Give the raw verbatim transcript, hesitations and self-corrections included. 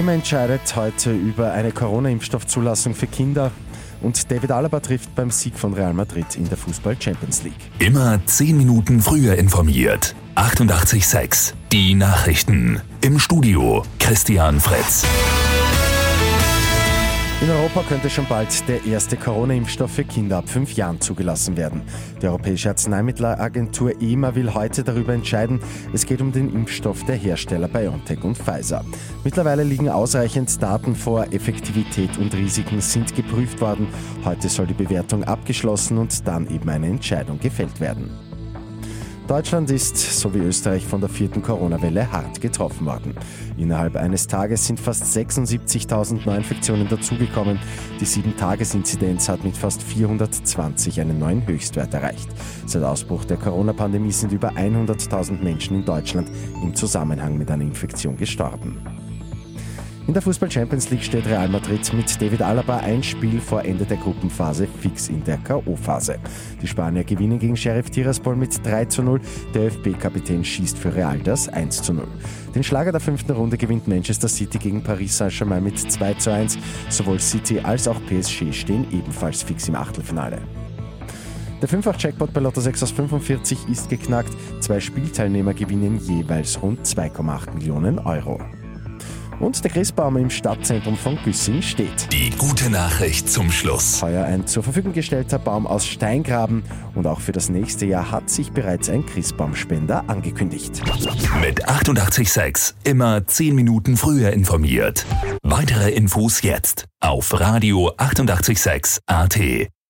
EMA entscheidet heute über eine Corona-Impfstoffzulassung für Kinder und David Alaba trifft beim Sieg von Real Madrid in der Fußball-Champions League. Immer zehn Minuten früher informiert. achtundachtzig Komma sechs. Die Nachrichten. Im Studio Christian Fritz. In Europa könnte schon bald der erste Corona-Impfstoff für Kinder ab fünf Jahren zugelassen werden. Die Europäische Arzneimittelagentur EMA will heute darüber entscheiden. Es geht um den Impfstoff der Hersteller BioNTech und Pfizer. Mittlerweile liegen ausreichend Daten vor, Effektivität und Risiken sind geprüft worden. Heute soll die Bewertung abgeschlossen und dann eben eine Entscheidung gefällt werden. Deutschland ist, so wie Österreich, von der vierten Corona-Welle hart getroffen worden. Innerhalb eines Tages sind fast sechsundsiebzigtausend Neuinfektionen dazugekommen. Die sieben-Tages-Inzidenz hat mit fast vierhundertzwanzig einen neuen Höchstwert erreicht. Seit Ausbruch der Corona-Pandemie sind über hunderttausend Menschen in Deutschland im Zusammenhang mit einer Infektion gestorben. In der Fußball-Champions League steht Real Madrid mit David Alaba ein Spiel vor Ende der Gruppenphase fix in der K O-Phase. Die Spanier gewinnen gegen Sheriff Tiraspol mit drei zu null. Der ÖFB-Kapitän schießt für Real das eins zu null. Den Schlager der fünften Runde gewinnt Manchester City gegen Paris Saint-Germain mit zwei zu eins. Sowohl City als auch P S G stehen ebenfalls fix im Achtelfinale. Der Fünffach-Jackpot bei Lotto sechs aus fünfundvierzig ist geknackt. Zwei Spielteilnehmer gewinnen jeweils rund zwei Komma acht Millionen Euro. Und der Christbaum im Stadtzentrum von Güssing steht. Die gute Nachricht zum Schluss. Heuer ein zur Verfügung gestellter Baum aus Steingraben und auch für das nächste Jahr hat sich bereits ein Christbaumspender angekündigt. Mit achtundachtzig Komma sechs immer zehn Minuten früher informiert. Weitere Infos jetzt auf Radio achtundachtzig Komma sechs A T.